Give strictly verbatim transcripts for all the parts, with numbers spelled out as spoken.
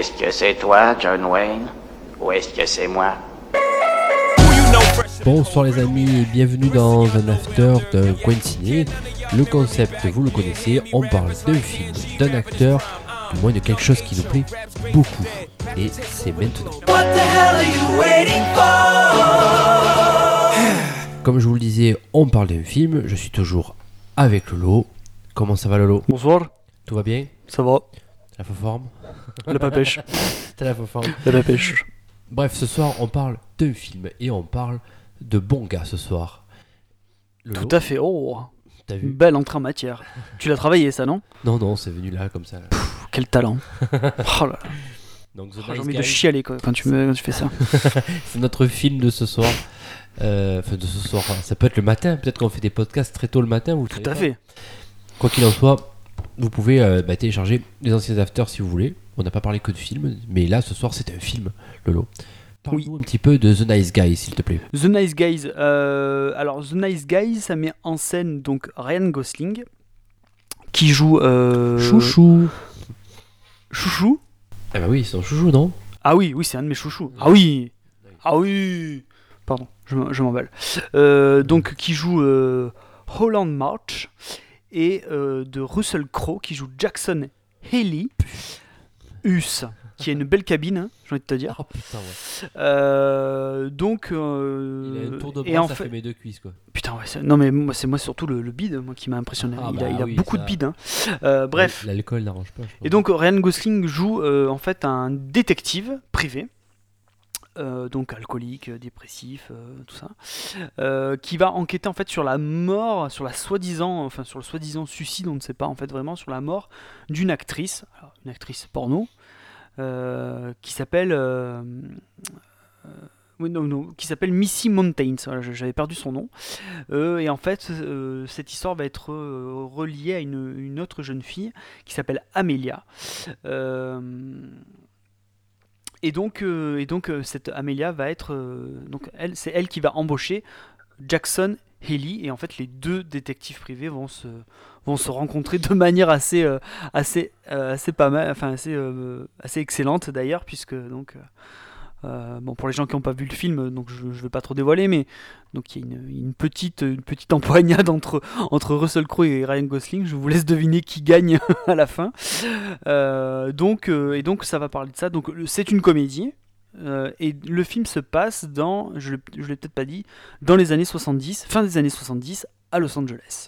Est-ce que c'est toi, John Wayne? Ou est-ce que c'est moi? Bonsoir les amis et bienvenue dans un after d'un coin de ciné. Le concept, vous le connaissez, on parle d'un film, d'un acteur, du moins de quelque chose qui nous plaît beaucoup. Et c'est maintenant. Comme je vous le disais, on parle d'un film, je suis toujours avec Lolo. Comment ça va Lolo? Bonsoir. Tout va bien? Ça va. T'as la forme? La papèche. T'as la forme. La papèche. Bref, ce soir on parle d'un film et on parle de bons gars ce soir. Lolo, Tout à fait. Oh, t'as vu? belle entrée en matière. Tu l'as travaillé ça, non? Non, non, c'est venu là comme ça. Là. Pff, quel talent. Oh là là. Donc, The Oh, Nice j'ai envie Guys, de chialer quoi, quand, tu me, quand tu fais ça. c'est notre film de ce soir. Euh, Enfin, de ce soir, ça peut être le matin. Peut-être qu'on fait des podcasts très tôt le matin. Vous Tout savez à pas. fait. Quoi qu'il en soit, vous pouvez euh, bah, télécharger les anciens afters si vous voulez. On n'a pas parlé que de films, mais là ce soir c'est un film, Lolo. Parle-nous un petit peu de The Nice Guys, s'il te plaît. The Nice Guys. Euh, alors, The Nice Guys, ça met en scène donc Ryan Gosling qui joue. Euh... Chouchou. Chouchou. Ah bah oui, c'est un chouchou, non? Ah oui, oui, c'est un de mes chouchous. Ah oui. Ah oui. Pardon, je, m- je m'emballe. Euh, donc, qui joue euh, Holland March et euh, de Russell Crowe qui joue Jackson Haley. Us, qui a une belle cabine, hein, j'ai envie de te dire. Oh putain, ouais. Euh, donc, euh, Il a un tour de et bras, en ça fait, fait mes deux cuisses, quoi. putain, ouais, c'est- non mais moi, c'est moi surtout le, le bide, moi qui m'a impressionné. Ah il bah a, il a oui, beaucoup ça. de bide. Hein. Euh, bref. L'alcool n'arrange pas, je pense. Et donc Ryan Gosling joue euh, en fait un détective privé, euh, donc alcoolique, euh, dépressif, euh, tout ça, euh, qui va enquêter en fait sur la mort, sur la soi-disant, enfin sur le soi-disant suicide, on ne sait pas en fait vraiment, sur la mort d'une actrice, alors, une actrice porno, euh, qui s'appelle, euh, euh, oui, non, non, qui s'appelle Missy Mountains. Voilà, je- j'avais perdu son nom. Euh, et en fait, euh, cette histoire va être euh, reliée à une, une autre jeune fille qui s'appelle Amelia. Euh, et donc, euh, et donc euh, cette Amelia va être, euh, donc elle, c'est elle qui va embaucher Jackson Haley. Et en fait, les deux détectives privés vont se, vont se rencontrer de manière assez, euh, assez, euh, assez pas mal, enfin assez, euh, assez excellente d'ailleurs, puisque donc. Euh, euh, bon, pour les gens qui n'ont pas vu le film, donc je ne vais pas trop dévoiler, mais donc il y a une, une petite, une petite empoignade entre, entre Russell Crowe et Ryan Gosling. Je vous laisse deviner qui gagne à la fin. Euh, donc, euh, et donc ça va parler de ça. Donc le- c'est une comédie. Euh, et le film se passe dans, je ne l'ai peut-être pas dit, dans les années soixante-dix, fin des années soixante-dix, à Los Angeles.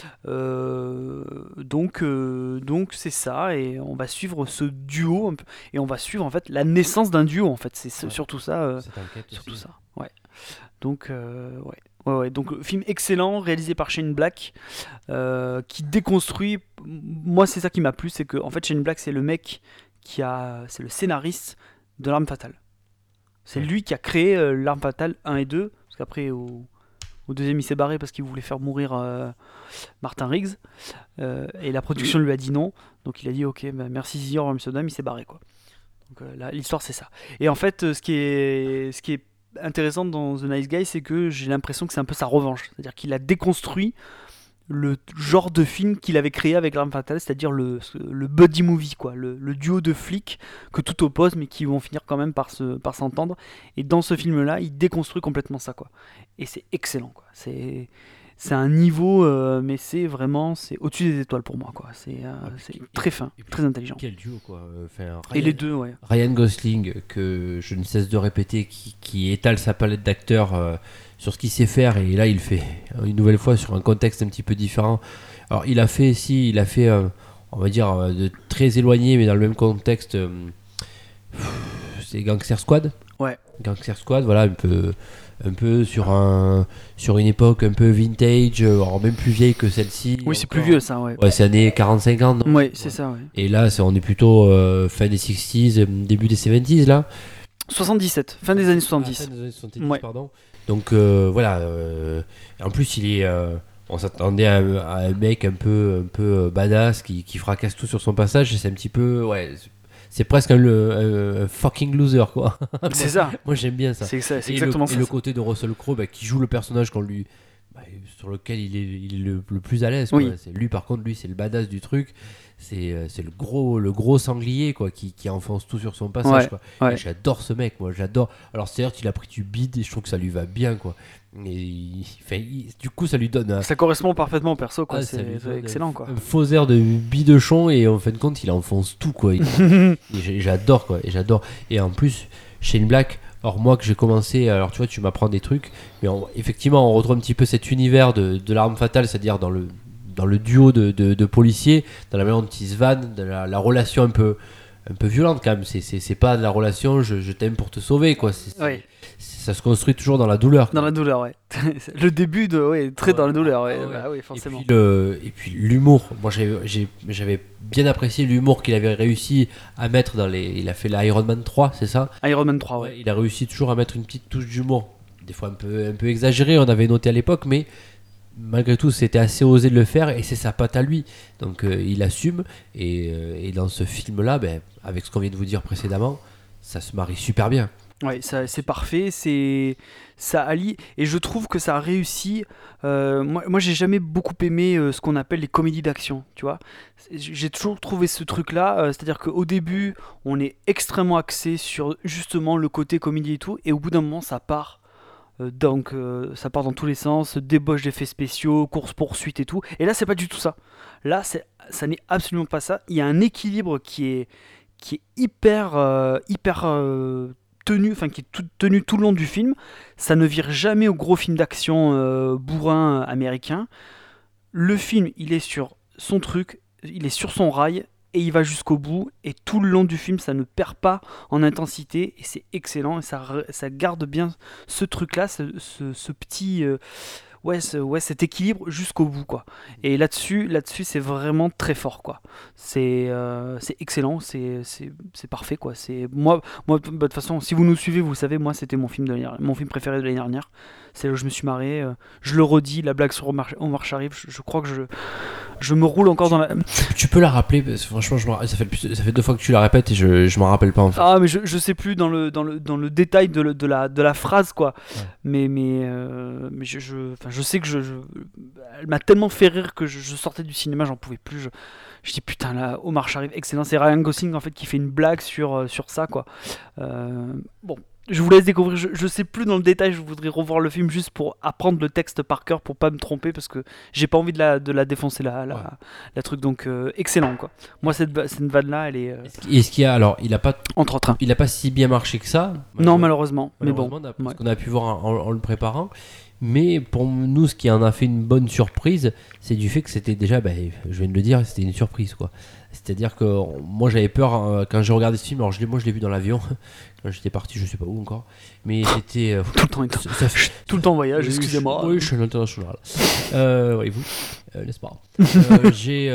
Euh, donc, euh, donc c'est ça, et on va suivre ce duo, un peu- et on va suivre en fait la naissance d'un duo en fait. C'est c'est Ouais. surtout ça. euh, Cette enquête surtout aussi. ça. Ouais. Donc, euh, ouais. Ouais, ouais. Donc, film excellent, réalisé par Shane Black, euh, qui déconstruit. Moi, c'est ça qui m'a plu, c'est que en fait, Shane Black, c'est le mec qui a, c'est le scénariste de L'Arme Fatale. C'est Ouais. lui qui a créé euh, L'Arme Fatale un et deux, parce qu'après au, au deuxième il s'est barré parce qu'il voulait faire mourir euh, Martin Riggs, euh, et la production lui a dit non, donc il a dit ok, bah, merci Zizi, au revoir monsieur dame, il s'est barré quoi. Donc euh, là, l'histoire c'est ça. Et en fait, euh, ce qui est, ce qui est intéressant dans The Nice Guy, c'est que j'ai l'impression que c'est un peu sa revanche. C'est-à-dire qu'il a déconstruit le genre de film qu'il avait créé avec L'Arme Fatale, c'est-à-dire le, le buddy movie, quoi, le, le duo de flics que tout oppose, mais qui vont finir quand même par, se, par s'entendre. Et dans ce film-là, il déconstruit complètement ça, quoi. Et c'est excellent, quoi. C'est, c'est un niveau, euh, mais c'est vraiment, c'est au-dessus des étoiles pour moi, quoi. C'est, euh, Ouais, puis- c'est et- très fin, et puis- très intelligent. Quel duo, quoi. Enfin, Et Ryan- les deux, ouais. Ryan Gosling, que je ne cesse de répéter, qui, qui étale sa palette d'acteurs euh, sur ce qu'il sait faire, et là il fait une nouvelle fois sur un contexte un petit peu différent. Alors il a fait, si, il a fait, euh, on va dire, euh, de très éloigné, mais dans le même contexte, euh, c'est Gangster Squad. Ouais. Gangster Squad, voilà, un peu, un peu sur, un, sur une époque un peu vintage, euh, alors même plus vieille que celle-ci. Oui, c'est encore. plus vieux, ça, ouais. Ouais, c'est années quarante cinquante, non? Ouais, c'est ça, ouais. Et là, c'est, on est plutôt euh, fin des sixties, euh, début des soixante-dix, là. soixante-dix-sept, fin des années Ah, soixante-dix. fin des années soixante-dix, Ouais. pardon. Donc euh, voilà. euh, en plus, il est. euh, on s'attendait à, à un mec un peu, un peu euh, badass qui, qui fracasse tout sur son passage. Et c'est un petit peu. Ouais. c'est- C'est presque un, un- un fucking loser, quoi. C'est ça. Moi, j'aime bien ça. C'est ça, c'est Et exactement le, ça. Et le côté de Russell Crowe, bah, qui joue le personnage qu'on lui. bah, sur lequel il est, il est le, le plus à l'aise. Quoi. Oui. C'est, lui, par contre, lui, c'est le badass du truc. C'est, euh, c'est le, gros, le gros sanglier quoi, qui, qui enfonce tout sur son passage. Ouais, Quoi. ouais. Et j'adore ce mec, moi, j'adore. Alors, c'est-à-dire qu'il a pris du bide et je trouve que ça lui va bien. Quoi. Et il, enfin, il- du coup, ça lui donne un, Ça correspond parfaitement au perso, quoi. ah, ça c'est lui c'est donne excellent, un- quoi. un faux air de bidochon et en fin de compte, il enfonce tout. Quoi. Et j'ai- j'adore, quoi. Et j'adore. Et en plus, Shane Black. Alors moi que j'ai commencé, alors tu vois, tu m'apprends des trucs, mais on- effectivement, on retrouve un petit peu cet univers de, de l'arme fatale, c'est-à-dire dans le, dans le duo de, de, de policiers, dans la manière dont ils se vannent, dans la, la relation un peu, un peu violente quand même. C'est, c'est, c'est pas de la relation je, je t'aime pour te sauver, quoi. C'est, c'est- Ouais. c'est- ça se construit toujours dans la douleur. Dans la douleur, ouais. Le début, de, ouais, très Ouais. dans la douleur, ouais. Ah ouais. Bah oui, Et forcément. puis, le, et puis l'humour. Moi, j'ai, j'ai- j'avais bien apprécié l'humour qu'il avait réussi à mettre dans les. Il a fait l'Iron Man trois, c'est ça? Iron Man trois, ouais. Ouais, il a réussi toujours à mettre une petite touche d'humour. Des fois un peu, un peu exagéré, on avait noté à l'époque, mais malgré tout, c'était assez osé de le faire et c'est sa patte à lui. Donc euh, il assume. Et, euh, et dans ce film-là, ben, avec ce qu'on vient de vous dire précédemment, ça se marie super bien. Ouais, ça, c'est parfait, c'est ça allie et je trouve que ça a réussi. euh, moi, moi, j'ai jamais beaucoup aimé euh, ce qu'on appelle les comédies d'action, tu vois. C'est- J'ai toujours trouvé ce truc-là, euh, c'est-à-dire qu'au début, on est extrêmement axé sur justement le côté comédie et tout, et au bout d'un moment, ça part. Euh, donc, euh, ça part dans tous les sens, débauche d'effets spéciaux, course poursuite et tout. Et là, c'est pas du tout ça. Là, c'est, ça n'est absolument pas ça. Il y a un équilibre qui est qui est hyper euh, hyper euh, tenu, enfin qui est tout- tenu tout le long du film. Ça ne vire jamais au gros film d'action euh, bourrin américain. Le film, il est sur son truc, il est sur son rail et il va jusqu'au bout. Et tout le long du film, ça ne perd pas en intensité et c'est excellent. Et ça, re- ça garde bien ce truc-là, ce, ce- ce petit, euh, ouais, ce- ouais, cet équilibre jusqu'au bout, quoi. Et là-dessus, là-dessus, c'est vraiment très fort, quoi. C'est, euh, c'est excellent, c'est, c'est, c'est parfait, quoi. C'est moi, moi, de toute façon, si vous nous suivez, vous le savez, moi, c'était mon film de l'année- mon film préféré de l'année dernière. C'est là où je me suis marré. euh, Je le redis, la blague sur Omar, Omar Sharif, je, je crois que je, je me roule encore dans la. Tu, tu peux la rappeler, parce que franchement, je me- ça, fait, plus- ça fait deux fois que tu la répètes et je, je m'en rappelle pas en fait. Ah, mais je, je sais plus dans le, dans le, dans le détail de, le- de, la, de la phrase, quoi. Ouais. Mais, mais, euh, mais je, je, enfin, je sais que je, je- elle m'a tellement fait rire que je, je sortais du cinéma, j'en pouvais plus. Je, je dis putain, là, Omar Sharif, excellent. C'est Ryan Gosling en fait qui fait une blague sur, euh, sur ça, quoi. Euh, bon. Je vous laisse découvrir, je, je sais plus dans le détail, je voudrais revoir le film juste pour apprendre le texte par cœur pour pas me tromper parce que j'ai pas envie de la, de la défoncer la, la, Ouais. la truc, donc euh, excellent, quoi. Moi cette, va- cette vanne là elle est euh, Est-ce qu'il- est-ce qu'il y a alors, il a pas, entre autres. il a pas si bien marché que ça. Non, malheureusement, mais Malheureusement, bon. d'après ce ouais. qu'on a pu voir en, en- en le préparant. Mais pour nous, ce qui en a fait une bonne surprise, c'est du fait que c'était déjà, ben, je viens de le dire, c'était une surprise, quoi. C'est-à-dire que euh, moi, j'avais peur euh, quand j'ai regardé ce film. Alors, je l'ai, moi, je l'ai vu dans l'avion quand j'étais parti, je sais pas où encore. Mais c'était euh, Tout le temps, étant- ça- ça fait- tout le temps en voyage, Oui, excusez-moi. je- Oui, je suis un international. Euh, oui, vous, euh, n'est-ce pas? Euh, j'ai,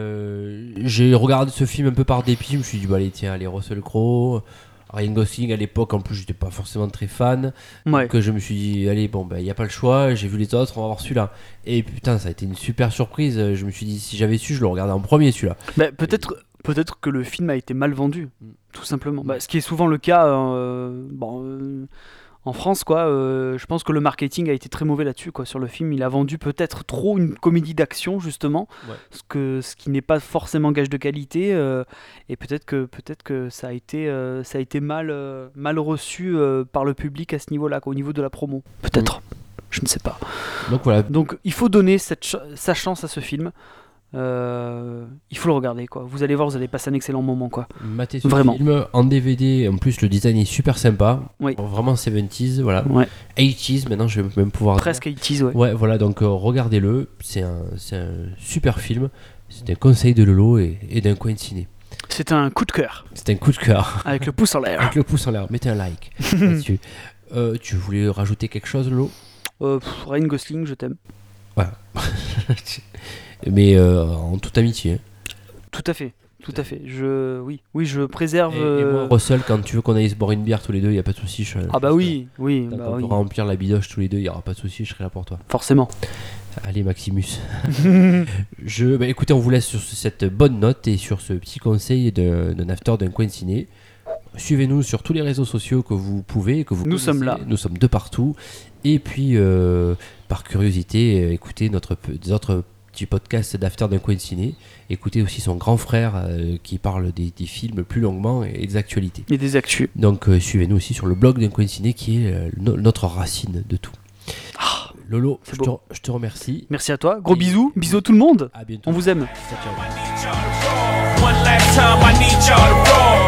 euh, j'ai regardé ce film un peu par dépit. Je me suis dit, bah, allez, tiens, allez, Russell Crowe. Ryan Gosling, à l'époque, en plus, j'étais pas forcément très fan. Ouais. Que je me suis dit, allez, bon, ben, il n'y a pas le choix. J'ai vu les autres, on va voir celui-là. Et putain, ça a été une super surprise. Je me suis dit, si j'avais su, je le regardais en premier, celui-là. Bah, peut-être, peut-être que le film a été mal vendu, Mm. tout simplement. Bah, ce qui est souvent le cas euh, bon, euh, en France, quoi. euh, je pense que le marketing a été très mauvais là-dessus, quoi. Sur le film, il a vendu peut-être trop une comédie d'action, justement, Ouais. ce, que, ce qui n'est pas forcément gage de qualité. euh, et peut-être que, peut-être que ça a été, euh, ça a été mal, euh, mal reçu euh, par le public à ce niveau-là, quoi, au niveau de la promo. Peut-être. Je ne sais pas. Donc voilà. Donc il faut donner cette ch- sa chance à ce film. Euh, il faut le regarder, quoi. Vous allez voir, vous allez passer un excellent moment, quoi. Mater ce Vraiment. film en D V D. En plus, le design est super sympa. Oui. Vraiment soixante-dix, voilà. Ouais. quatre-vingt-dix, maintenant, je vais même pouvoir. dire. Presque eighties, ouais. Ouais, voilà, donc euh, regardez-le. C'est un, c'est un super film. C'est un conseil de Lolo et, et d'un coin de ciné. C'est un coup de cœur, C'est un coup de cœur. avec le pouce en l'air. Avec le pouce en l'air. Mettez un like là-dessus. Euh, tu voulais rajouter quelque chose, Lolo? Euh, pff, Ryan Gosling, je t'aime. Mais euh, en toute amitié. hein. Tout à fait, tout à fait. Je, oui, oui, je préserve. Et, et euh, moi, Russell, quand tu veux qu'on aille se boire une bière tous les deux, il n'y a pas de souci. je- Ah bah je- oui, oui, Quand bah on oui, pourra remplir la bidoche tous les deux, il n'y aura pas de souci, je serai là pour toi. forcément. Allez, Maximus. je, bah, écoutez, on vous laisse sur cette bonne note et sur ce petit conseil de- d'un after d'un coin ciné. Suivez-nous sur tous les réseaux sociaux que vous pouvez, que vous Nous connaissez. sommes là. Nous sommes de partout. Et puis, euh, par curiosité, euh, écoutez notre, pe- des autres petits podcasts d'After d'un coin ciné. Écoutez aussi son grand frère euh, qui parle des, des films plus longuement et des actualités. Et des actus. Donc, euh, suivez-nous aussi sur le blog d'un coin ciné qui est euh, no- notre racine de tout. Ah, Lolo, c'est je te, beau. je te remercie. merci à toi. Gros Et- bisous. Bisous tout le monde. À bientôt. On vous aime. Ciao, ciao. One last time, I need y'all to roll.